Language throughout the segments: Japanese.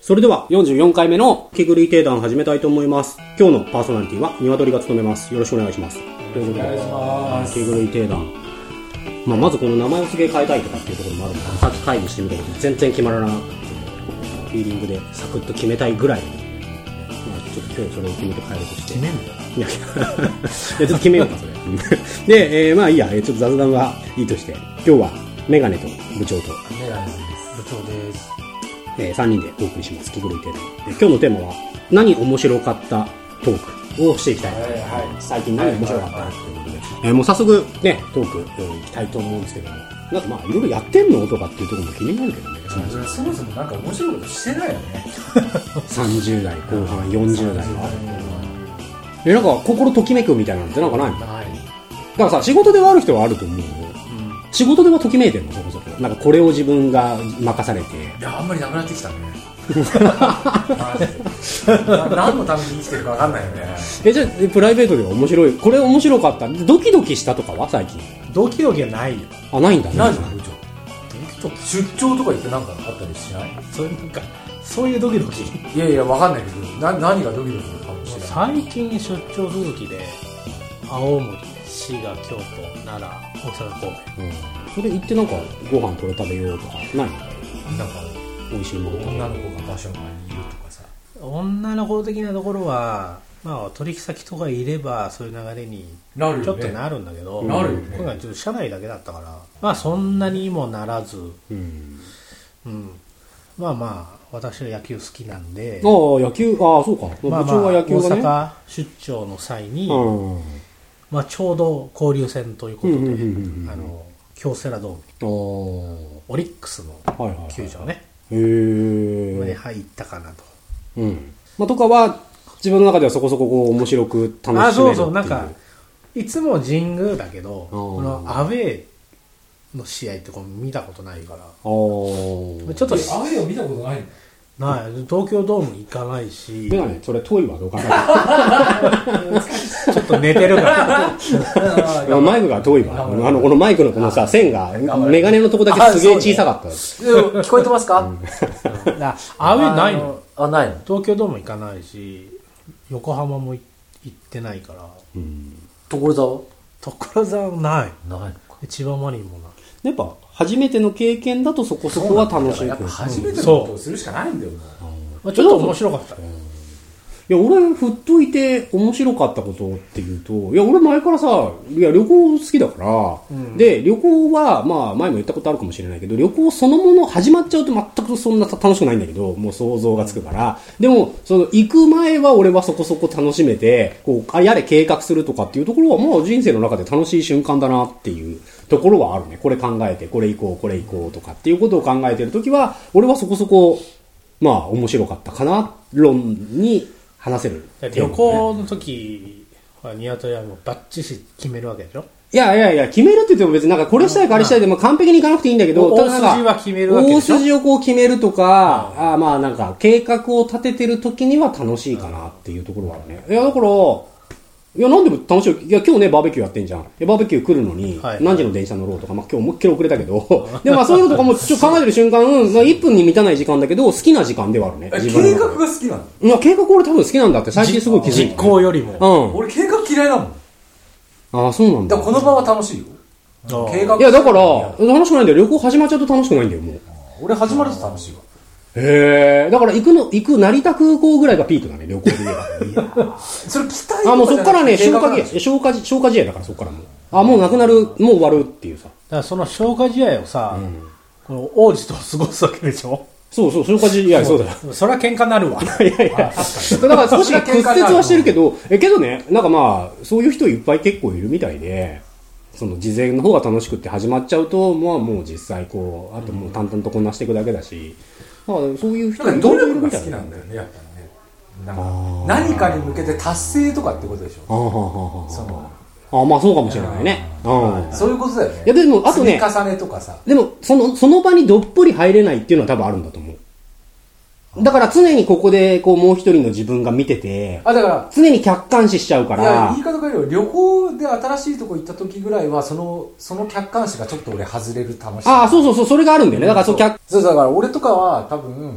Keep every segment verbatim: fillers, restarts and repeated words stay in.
それではよんじゅうよんかいめの気狂い定談を始めたいと思います。今日のパーソナリティは鶏が務めます。よろしくお願いします。 ということで、お願いします。 気狂い定談。まあ、まずこの名前を付け替えたいとかっていうところもあるので、さっき会議してみたけど全然決まらないフィーリングでサクッと決めたいぐらい、まあ、ちょっと今日それを決めて帰るとして決めんの？ いやいやちょっと決めようかそれで、えー、まあいいや、ちょっと雑談はいいとして、今日はメガネと部長とメガネです。部長です。 えー、さんにんでお送りします。気狂い定談。今日のテーマは何面白かったトークをしていきたい、はいはい、最近何面白かったっていうことで、えー、もう早速ねトーク、えー、いきたいと思うんですけども、なんかまあいろいろやってんのとかっていうところも気になるけどね。 そもそもなんか面白いことしてないよねさんじゅう代後半よんじゅう代はえなんか心ときめくみたいなのってなんかないの？ない。だからさ、仕事ではある人はあると思うよ、うん、仕事ではときめいてるのそこそこ。なんかこれを自分が任されて、 いやあんまりなくなってきたね何のために生きてるか分かんないよね。 えじゃあプライベートでは面白い、これ面白かった、ドキドキしたとかは最近？ ドキドキはないよ。 あ、ないんだね。 ないじゃん。出張とか行って何かあったりしない？そういうなんかそういうドキドキ。いやいや分かんないけど、な何がドキドキするかもしれない。最近出張続きで青森、滋賀、京都、奈良、大阪、神戸、うん、 それ行ってなんかご飯これ食べようとかないの？なんか美味しいもの、 女の子が場所にいるとかさ。女の子的なところはまあ取引先とかいればそういう流れにちょっとなるんだけど、なるよね。今回ちょっと社内だけだったからまあそんなにもならず、うんうん、まあまあ私は野球好きなんで、 ああ野球、ああそうか、 まあまあ、野球がね、大阪出張の際に、うんまあ、ちょうど交流戦ということで、うんうんうんうん、あの京セラドーム、オリックスの球場ね、はいはいはい、へえ入ったかなと、 うんまあ、とかは自分の中ではそこそここう面白く楽しめるっていう。あ、そうそう、 なんかいつも神宮だけどこのアウェーの試合ってこう見たことないから、ちょっとアウェーを見たことないの？ない、東京ドーム行かないし。 メガネそれ遠いわ、どうかなちょっと寝てるからマイクが遠いわ。あのこのマイクのこのさ線がメガネのとこだけすげえ小さかった。 聞こえてますか？アウェーないの？あ、ないの。東京ドーム行かないし横浜も行ってないから。所沢？所沢ない。ない。千葉マリンもない。 やっぱ初めての経験だとそこそこは楽しい。 やっぱ初めてのことをするしかないんだよな、まあ、ちょっと面白かった。いや俺振っといて面白かったことっていうと、いや俺前からさ、いや旅行好きだから、うん、で旅行はまあ前も言ったことあるかもしれないけど、旅行そのもの始まっちゃうと全くそんな楽しくないんだけど、もう想像がつくから、でもその行く前は俺はそこそこ楽しめて、こうあやれ計画するとかっていうところはもう人生の中で楽しい瞬間だなっていうところはあるね。これ考えてこれ行こうこれ行こうとかっていうことを考えてるときは俺はそこそこまあ面白かったかな論に話せる、 ね、旅行の時はニワトリはもうバッチシ決めるわけでしょ。 いやいやいや決めるって言っても別になんかこれしたいかあれしたいでも完璧にいかなくていいんだけど、 大筋は決めるわけでしょ。 大筋をこう決めるとか、うん、あまあなんか計画を立ててる時には楽しいかなっていうところはあるね。いやだからいや何でも楽しい。いや今日ねバーベキューやってんじゃん。バーベキュー来るのに何時の電車乗ろうとか、まあ今日思いっきり遅れたけどでもまあそういうのとかもちょっと考えてる瞬間、まあ、いっぷんに満たない時間だけど好きな時間ではあるね。 自分計画が好きなの？ いや計画俺多分好きなんだって最近すごい気づいた。 実行よりも、うん、俺計画嫌いなの。 ああそうなんだ。 だからこの場は楽しいよ。 計画いやだから楽しくないんだよ。旅行始まっちゃうと楽しくないんだよもう。 俺始まると楽しいわ。 へえ、だから行くの、行く成田空港ぐらいがピークだね、旅行で言えば。 それ期待。 あ、もうそっからね、消化試合、消化、消化試合だからそっからもう。あ、もうなくなる、もう終わるっていうさ。だからその消化試合をさ、うん、この王子と過ごすわけでしょ。 そうそう、消化試合、そうだよ。 それは喧嘩になるわ。いやいや、 だから少し屈折はしてるけど、え、けどね、なんかまあ、そういう人いっぱい結構いるみたいで、その事前の方が楽しくって始まっちゃうと、まあもう実際こう、あともう淡々とこなしていくだけだし、だからそういう人が努力が好きなんだよね、やっぱりね。なんか何かに向けて達成とかってことでしょ。あそのあまあそうかもしれないね。 うん、そういうことだよね。 いやでもあとね、 積み重ねとかさ。 でもそのその場にどっぷり入れないっていうのは多分あるんだと思う。だから常にここでこうもう一人の自分が見てて、 あだから常に客観視しちゃうから。いや言い方変えるよ。旅行で新しいとこ行った時ぐらいはそのその客観視がちょっと俺外れる楽しさ。 ああそうそうそうそれがあるんだよね。だからそう客そうだから俺とかは多分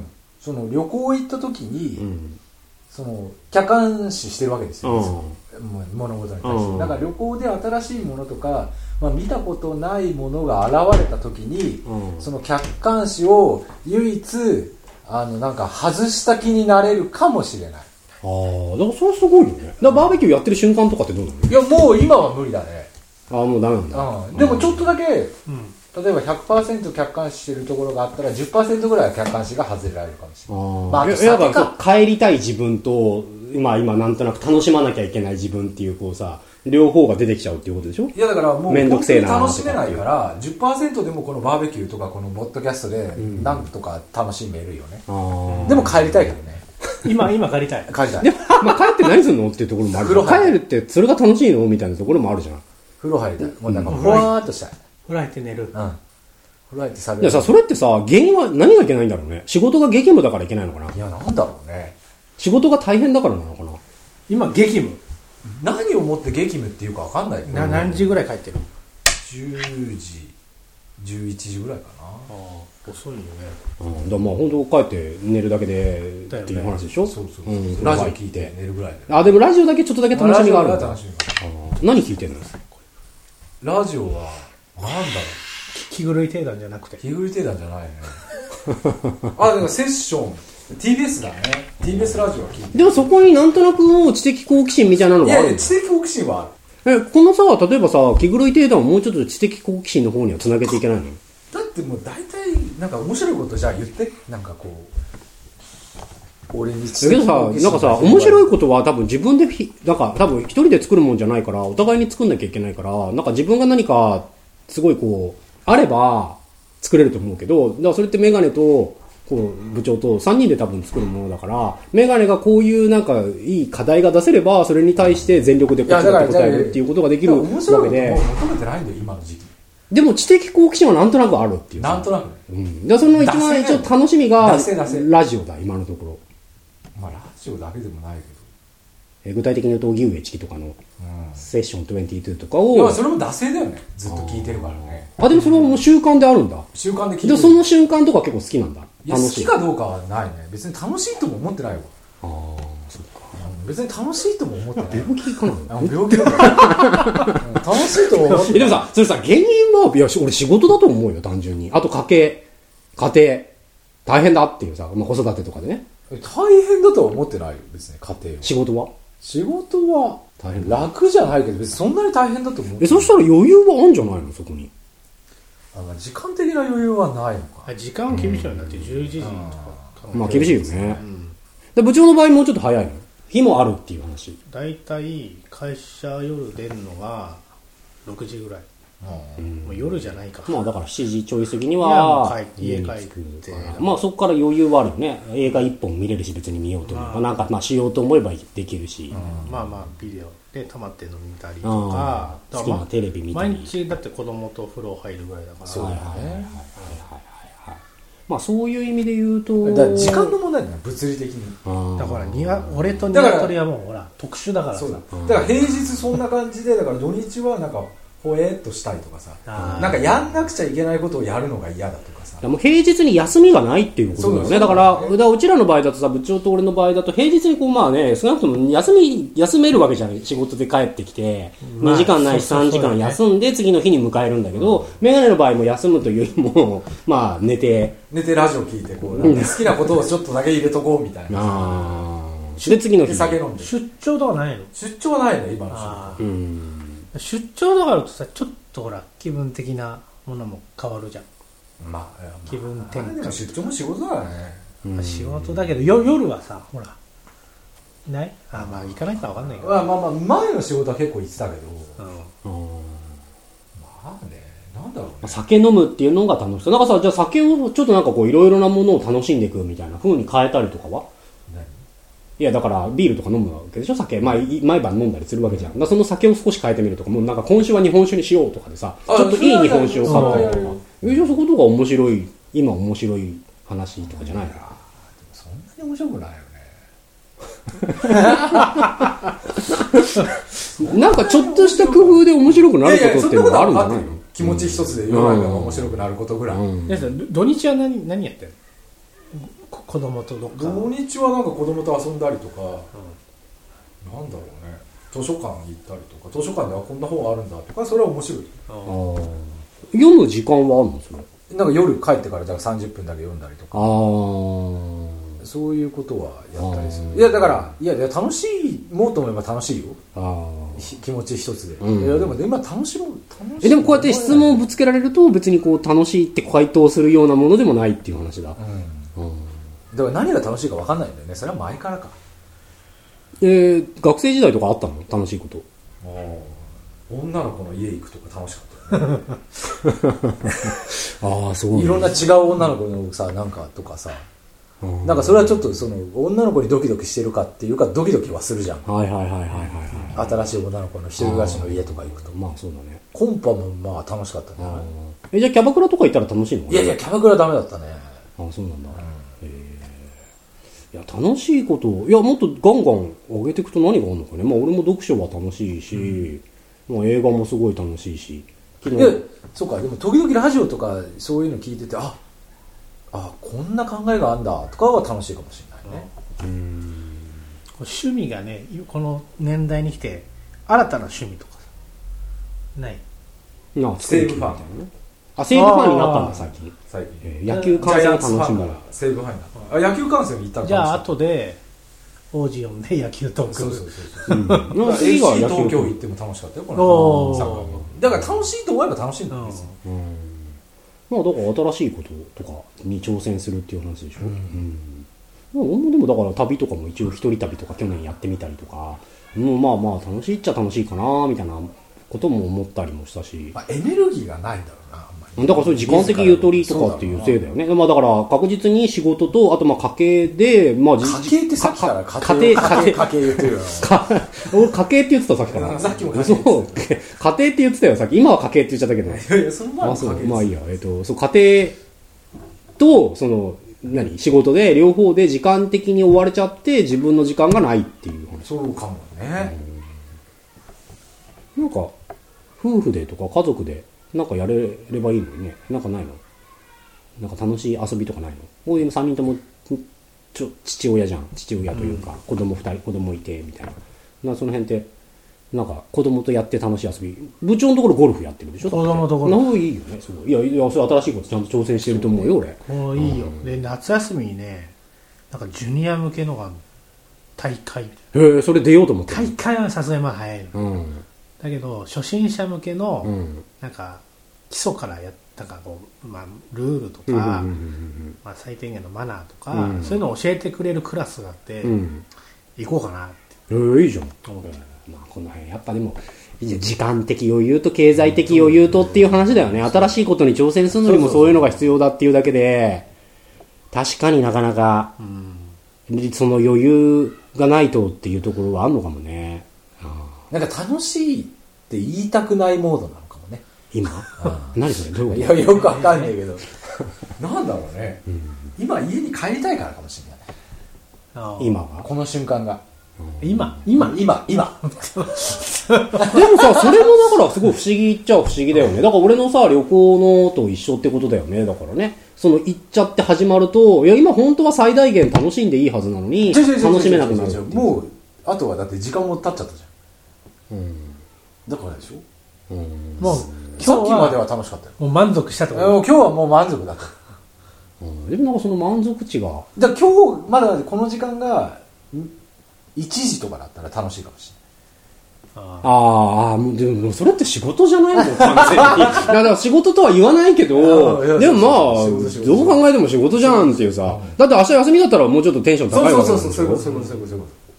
その旅行行った時に、うん、その客観視してるわけですよ、うん、物事に対して、うん、だから旅行で新しいものとか、まあ、見たことないものが現れた時に、うん、その客観視を唯一あのなんか外した気になれるかもしれない。 ああ、だからそれすごいよね。だからバーベキューやってる瞬間とかってどうなの？ いやもう今は無理だね。 ああ、もうダメなんだ、 うん、でもちょっとだけ、うん、例えば ひゃくパーセント 客観視してるところがあったら じゅっパーセント ぐらいは客観視が外れられるかもしれない。あ、まあ、あと酒か帰りたい自分と今今なんとなく楽しまなきゃいけない自分っていうこうさ、両方が出てきちゃうっていうことでしょ。 いやだからもう本当に楽しめないから じゅっパーセント でもこのバーベキューとかこのポッドキャストでなんとか楽しめるよね、うん、でも帰りたいからね。 今今帰りたい帰りたい。 でも、まあ、帰って何するのっていうところもある。帰るってそれが楽しいのみたいなところもあるじゃん。 風呂入りたい。もうなんかふわーっとしたい。 風呂入って寝る。うん。風呂入ってされる。 いやさ、それってさ、原因は何がいけないんだろうね。仕事が激務だからいけないのかな。 いや、なんだろうね。 仕事が大変だからなのかな。 今激務。 何をもって激務っていうか分かんないけど、 な何時ぐらい帰ってる？ じゅうじ、じゅういちじぐらいかな。ああ、遅いよね。 うん、だからまあ本当帰って寝るだけでっていう話でしょ。 そうそうそう、うん、ラジオ聞いて寝るぐらいで。 あ、でもラジオだけちょっとだけ楽しみがあるんだ。 楽しみあ、何聞いてるの？ ラジオはなんだろう。 気狂い定談じゃなくて。 気狂い定談じゃないね。あ、だからセッション。ティービーエス だね。ティービーエス ラジオは聞いて。 でもそこになんとなくの知的好奇心みたいなのがあるんだ。 いやいや、知的好奇心はある。え、このさ、例えばさ、気狂い定談をもうちょっと知的好奇心の方にはつなげていけないの？ だってもう大体なんか面白いことじゃあ言って、なんかこう俺に知的好奇心。 だけどさ、なんかさ、面白いことは多分自分でひ、なんか多分一人で作るもんじゃないから、お互いに作んなきゃいけないから、なんか自分が何かすごいこうあれば作れると思うけど、だからそれってメガネとこう部長とさんにんで多分作るものだから、メガネがこういうなんかいい課題が出せればそれに対して全力で答えるっていうことができるわけで。 面白いこと求めてないんだよ今の時期。 でも知的好奇心はなんとなくあるっていう。 なんとなく。 うん。でその一番一応楽しみがラジオだ今のところ。 まあラジオだけでもないけど。 え具体的に言うと荻上チキとかのセッションにじゅうにとかを。 いやそれも惰性だよね。ずっと聞いてるからね。 あ、でもそれはもう習慣であるんだ。 習慣で聞いてる。 でその瞬間とか結構好きなんだ。 いや好きかどうかはないね。別に楽しいとも思ってないわ。ああ、そっか。別に楽しいとも思ってない。 病気かな。 病気だから楽しいとも思ってない。 でもさ、それさ、原因は、いや、俺仕事だと思うよ、単純に。あと家計、家庭、大変だっていうさ、まあ、子育てとかでね。 大変だとは思ってないよ、別に家庭は。 仕事は仕事は大変楽じゃないけど、別にそんなに大変だと思う。 え、そしたら余裕はあるんじゃないの、そこに。 あ、時間的な余裕はないのか。 時間厳しいよね。だってじゅういちじとか。 まあ厳しいよね。うん、で部長の場合もうちょっと早いの。日もあるっていう話。 だいたい会社夜出るのがろくじぐらい。うん、もう夜じゃないか。 まあだからしちじちょい過ぎには家に帰って。 まあそこから余裕はあるよね。映画一本見れるし別に見ようと思えば、なんかまあしようと思えばできるし。 うん、まあまあビデオで溜まってるの見たりとか、 好きなテレビ見たり。 毎日だって子供と風呂入るぐらいだから。 そうだね。はいはいはいはい。 まあそういう意味で言うと、 だから時間の問題だね、物理的に。 だからにわ俺とニワトリはもうほら特殊だから。 そうだ。だから平日そんな感じで、だから土日はなんかほえっとしたりとかさ、なんかやんなくちゃいけないことをやるのが嫌だとかさ。 もう平日に休みがないっていうことだよね。だから、だからうちらの場合だとさ、部長と俺の場合だと平日にこうまあね、少なくとも休み休めるわけじゃない。仕事で帰ってきて、まあ、にじかんないしさんじかん休んで次の日に迎えるんだけど、メガネの場合も休むというよりもまあ寝て寝てラジオ聞いてこう、うん、好きなことをちょっとだけ入れとこうみたいな。あで次の日酒飲んで。 出張とかないの？ 出張はないの今の仕事。うん。 出張とかあるとさ、ちょっとほら気分的なものも変わるじゃん。 まあ、 気分転換。 でも出張も仕事だね。 まあ、仕事だけど夜夜はさ、ほらないあ、まあ行かないか分かんないけど、 まあまあまあ前の仕事は結構行ってたけど、うん、まあね、なんだろうね、 酒飲むっていうのが楽しそう。なんかさ、じゃあ酒をちょっとなんかこういろいろなものを楽しんでいくみたいな風に変えたりとかは？いやだからビールとか飲むわけでしょ、酒、まあ、毎晩飲んだりするわけじゃん。だからその酒を少し変えてみるとか、もうなんか今週は日本酒にしようとかでさ、ちょっといい日本酒を買ったりとか、えじゃあそことか面白い、今面白い話とかじゃないの？ そんなに面白くないよね。 なんかちょっとした工夫で面白くなることっていうのがあるんじゃないの？ 気持ち一つで世の中が面白くなることぐらい。 うんうん、土日は何何やってるの？ 子供とどっか土日はなんか子供と遊んだりとか、うん、なんだろうね、図書館に行ったりとか、図書館ではこんな本あるんだとか、それは面白い。 あ読む時間はあるのそれ？ なんか夜帰ってからだからさんじゅっぷんだけ読んだりとか、あそういうことはやったりする。いやだからいやいや楽しもうと思えば楽しいよ、あ気持ち一つで、うん、いやでも今楽しもう楽しい。 えでもこうやって質問をぶつけられると別にこう楽しいって回答するようなものでもないっていう話だ、うんうん、 だから何が楽しいか分かんないんだよね。それは前からか。 えー、学生時代とかあったの楽しいこと？ あ女の子の家行くとか楽しかったよねああそうね、 いろんな違う女の子のさなんかとかさ、なんかそれはちょっとその女の子にドキドキしてるかっていうかドキドキはするじゃん。 はいはいはいはいはい、 はい、新しい女の子の一人暮らしの家とか行くと、 まあそうだね。 コンパもまあ楽しかったね。 えじゃあキャバクラとか行ったら楽しいの？ いやいやキャバクラダメだったね。 あそうなんだ、うん、えー、いや楽しいこといやもっとガンガン上げていくと何があるのかね。まあ俺も読書は楽しいし、うん、まあ映画もすごい楽しいし。 いやそうかでも時々ラジオとかそういうの聞いててああこんな考えがあんだとかは楽しいかもしれないね。 うん趣味がねこの年代に来て新たな趣味とかないな西武ファンあ西武ファンになったんだ最近最近、 えー、野球観戦を楽しむ西武ファンになったあ野球観戦に行ったのかもしれない。 じゃあ後で王子読んで野球トーク。 そうそうそうそう。うん、エーシー 東京行っても楽しかったよこのサッカーも。だから楽しいと思えば楽しいんだんですよ。うん、 まあだから新しいこととかに挑戦するっていう話でしょ。うん。うん、俺もでもだから旅とかも一応一人旅とか去年やってみたりとか、もうまあまあ楽しいっちゃ楽しいかなみたいなことも思ったりもしたし。 まあ、エネルギーがないんだろうな。 だからそれ時間的ゆとりとかっていうせいだよね。まあだから確実に仕事とあとまあ家計でまあ家計ってさっきから家庭家庭家計言ってるよ。 俺家計って言ってたさっきから。 さっきも家計。 そう家庭って言ってたよさっき。今は家計って言っちゃったけど。 いやいやその前は家計。 まあいいやえっとそう家庭とその何仕事で両方で時間的に追われちゃって自分の時間がないっていう話。 そうかもね。 なんか夫婦でとか家族でなんかやれればいいのにね。なんかないの？なんか楽しい遊びとかないの？もう今さんにんともちょ父親じゃん。父親というか、うん、子供ふたり子供いてみたいな。なその辺ってなんか子供とやって楽しい遊び。部長のところゴルフやってるでしょ。 子供とゴルフ。 いいよね。すごい。いやいやそれ新しいことちゃんと挑戦してると思うよ俺。 もういいよ。うん、で夏休みにねなんかジュニア向けのが大会。へえそれ出ようと思って。 大会はさすがにまあ早いの。うんだけど初心者向けの、うん、なんか基礎からやったかこう、まあ、ルールとか、うんうんうんうんまあ、最低限のマナーとか、うん、そういうのを教えてくれるクラスがあって、うん、行こうかなって。 えー、いいじゃん、うんまあ、この辺やっぱでも時間的余裕と経済的余裕とっていう話だよね。新しいことに挑戦するのにもそういうのが必要だっていうだけで確かになかなか、うん、その余裕がないとっていうところはあるのかもね。 なんか楽しいって言いたくないモードなのかもね今。何それどういうこと？いやよくわかんないけどなんだろうね、うん、今家に帰りたいからかもしれない。 今はこの瞬間が、 うん、今今今今でもさそれもだからすごい不思議っちゃ不思議だよね。だから俺のさ旅行のと一緒ってことだよね。だからねその行っちゃって始まるといや今本当は最大限楽しんでいいはずなのに楽しめなくなる。 もうあとはだって時間も経っちゃったじゃん。うん、だからでしょ、うん、もうさっきまでは楽しかったよ。 もう満足したってこと。 今日はもう満足だった、 うん、でもなんかその満足値がだから今日まだこの時間がいちじとかだったら楽しいかもしれない。 ああでもそれって仕事じゃないの完全にだから仕事とは言わないけどでもまあどう考えても仕事じゃんっていうさ、うん、だって明日休みだったらもうちょっとテンション高いわけなんでしょ。 そうそうそうそうそうそうそう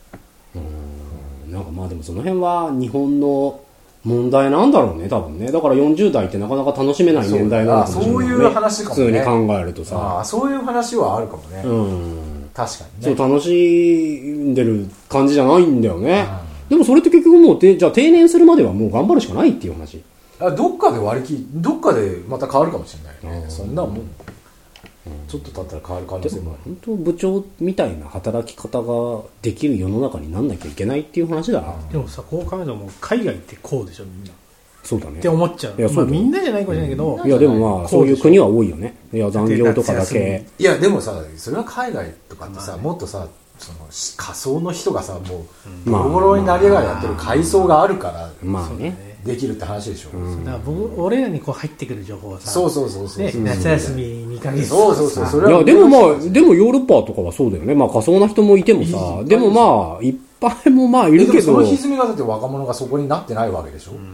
なんかまあでもその辺は日本の問題なんだろうね多分ね。だからよんじゅう代ってなかなか楽しめない年代なのかもしれない、ね、 そういう話かもね。 普通に考えるとさあそういう話はあるかもね。うん確かにね。 そう楽しんでる感じじゃないんだよね、うん、でもそれって結局もうじゃあ定年するまではもう頑張るしかないっていう話。 あどっかで割り切どっかでまた変わるかもしれないね、うん、そんなもん、うん、ちょっと経ったら変わる可能性もある。 本当部長みたいな働き方ができる世の中になんなきゃいけないっていう話だな。 でもさこう考えるともう海外ってこうでしょみんな。 そうだねって思っちゃう。いや、まあ、みんなじゃないかもしれないけど、 いやでもまあそういう国は多いよね。いや残業とかだけ。 いやでもさ、それは海外とかってさ、もっとさ、その仮想の人がさ、もうボロボロになりながらやってる階層があるから、まあね、できるって話でしょ。うん、 だから僕俺らにこう入ってくる情報はさ、 そうそうそうそう、 ね、夏休みにかげつ、 そうそうそう、それは。いやでもまあでもヨーロッパとかはそうだよね。まあ仮想な人もいてもさ、でもまあいっぱいもまあいるけど、でもその歪みがだって若者がそこになってないわけでしょ。うん、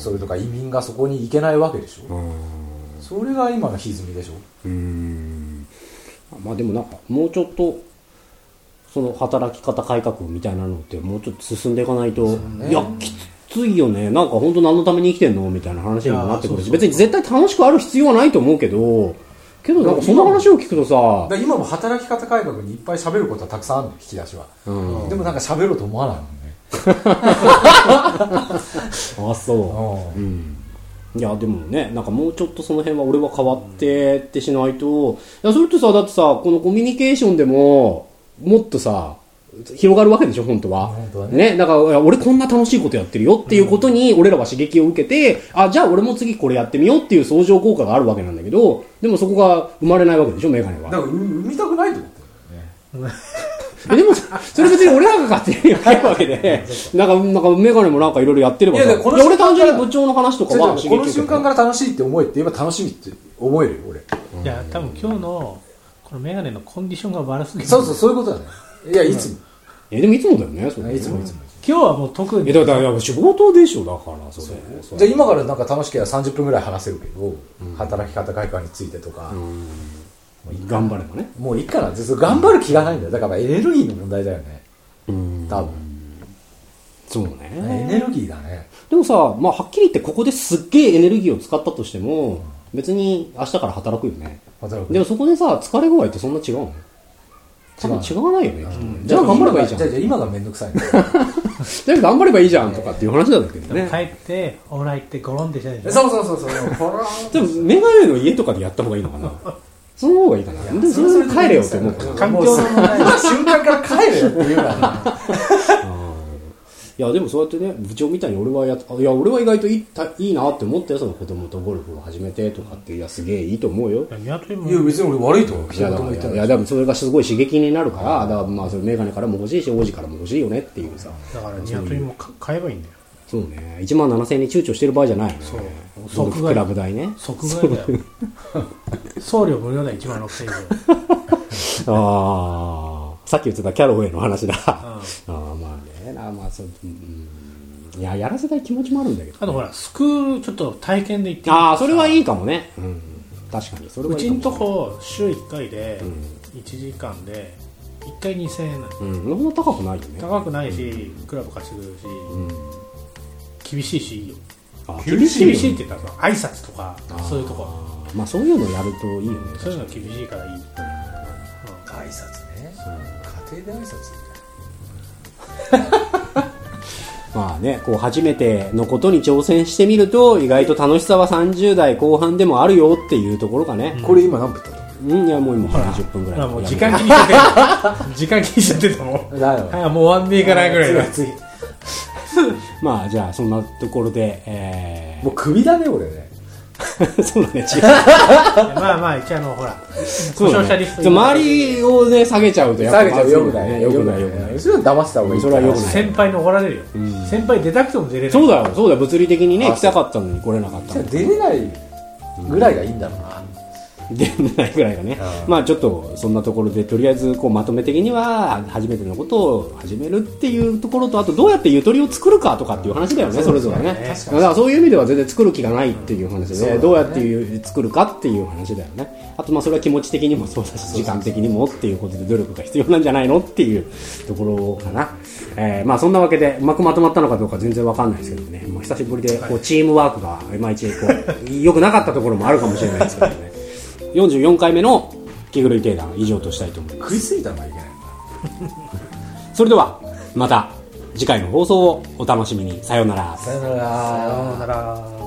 それとか移民がそこに行けないわけでしょ。うん、それが今の歪みでしょ。うん、 まあでもなんかもうちょっとその働き方改革みたいなのってもうちょっと進んでいかないと、ね、いやきついよね。なんか本当何のために生きてんのみたいな話にもなってくるし、別に絶対楽しくある必要はないと思うけど、けどなんかその話を聞くとさ、 今も働き方改革にいっぱい喋ることはたくさんあるの、引き出しは、うん、でもなんか喋ろうと思わないもんね。 あ、そう、うん、いやでもね、なんかもうちょっとその辺は俺は変わってってしないと、いやそれってさ、だってさ、このコミュニケーションでももっとさ広がるわけでしょ本当は。本当は ね, ねだから俺こんな楽しいことやってるよっていうことに俺らは刺激を受けて、うん、あじゃあ俺も次これやってみようっていう相乗効果があるわけなんだけど、でもそこが生まれないわけでしょメガネは。 だから生みたくないと思ってるよね。 でもそれ別に俺らが勝手にやるわけでなんかなんかメガネもなんかいろいろやってればさ、いやこのいや俺単純に部長の話とかはこの瞬間から楽しいって思えって言えば楽しみって思えるよ俺。 いや多分今日のこのメガネのコンディションが悪すぎる。 そうそうそういうことだね。いやいつも、 うん、えでもいつもだよね。それいつもいつも。 今日はもう特に。 えだから仕事でしょだからそれ。 そじゃあ今からなんか楽しければさんじゅっぷんぐらい話せるけど、うん、働き方改革についてとか。うん頑張ればね。 もういいかな。頑張る気がないんだよ。だからエネルギーの問題だよね。うん多分。 そうね。 エネルギーだね。 でもさ、まあはっきり言ってここですっげえエネルギーを使ったとしても、うん、別に明日から働くよね。働く。でもそこでさ疲れ具合ってそんな違うの？多分違わないよね。うん、じゃあ頑張ればいいじゃん。 じゃあ今がめんどくさいね。 じゃあ頑張ればいいじゃんとかっていう話なんだけどね。 帰ってオーライってゴロンってしたでしょ。 そうそうそうそう。 でもメガネの家とかでやった方がいいのかな。その方がいいかな。でもそれで帰れよって思う。 環境の問題の瞬間から帰れよって言うからね。 いやでもそうやってね部長みたいに俺はやいや俺は意外といい、いいなって思ったよ。その子供とゴルフを始めてとかっていやすげえいいと思うよ。 いや別に俺悪いと思う。 いやだからいやでもそれがすごい刺激になるからだからまあそれメガネからも欲しいし王子からも欲しいよねっていうさ。 だからニワトリも買えばいいんだよ。 そうねいちまんななせんえんに躊躇してる場合じゃないよね。そう即クラブ代ね。 即買いだよ。送料無料だよいちまんろくせんえん以上。ああさっき言ってたキャロウェイの話だ。ああまあねまあそう、うんいややらせたい気持ちもあるんだけど、ね、 あとほらスクールちょっと体験で行ってみてああそれはいいかもね、うん、確かにそれはいいかも。 うちんとこ週いっかいでいちじかんでいっかいにせんえんなの、 うん、そんな高くないよね。 高くないし、うん、クラブ貸してくれるし、うん、厳しいしいいよ。 あ厳しい、厳しいって言ったら挨拶とかそういうとこまあそういうのやるといいよね。 そういうの厳しいからいい、うんうん、 挨拶ね家庭で挨拶まあね、こう初めてのことに挑戦してみると意外と楽しさはさんじゅう代後半でもあるよっていうところがね、 うん、これ今何分経ったの？ うんいやもう今にじゅっぷんぐらい。 もう時間気にしちゃって時間気にしちゃってたもん。はいもう終わんねえかなぐらいだ。次まあじゃあそんなところで、えー、もう首だね俺ね。 そうだね。 まあまあ一応あのほら故障者リスト周りをね下げちゃうとやっぱ下げちゃうよくないよくないよくない。それは騙した方がいい。 それはよくない。 先輩に怒られるよ、うん、先輩出たくても出れない。 そうだよそうだよ物理的にね来たかったのに来れなかったの。 出れないぐらいがいいんだろうな。 出ないぐらいがね、まあちょっとそんなところでとりあえずこうまとめ的には初めてのことを始めるっていうところとあとどうやってゆとりを作るかとかっていう話だよね、うん、それぞれね。だからそういう意味では全然作る気がないっていう話で、ね、どうやっていう作るかっていう話だよね。あとまあそれは気持ち的にもそうだし時間的にもっていうことで努力が必要なんじゃないのっていうところかな。えー、まあそんなわけでうまくまとまったのかどうか全然わかんないですけどね、もう久しぶりでこうチームワークがいまいちこう良くなかったところもあるかもしれないですけどね。よんじゅうよんかいめの気狂い定談以上としたいと思います。 食いついたのはいけないんだ。 それではまた次回の放送をお楽しみに。さようなら。 さようなら。 さようなら。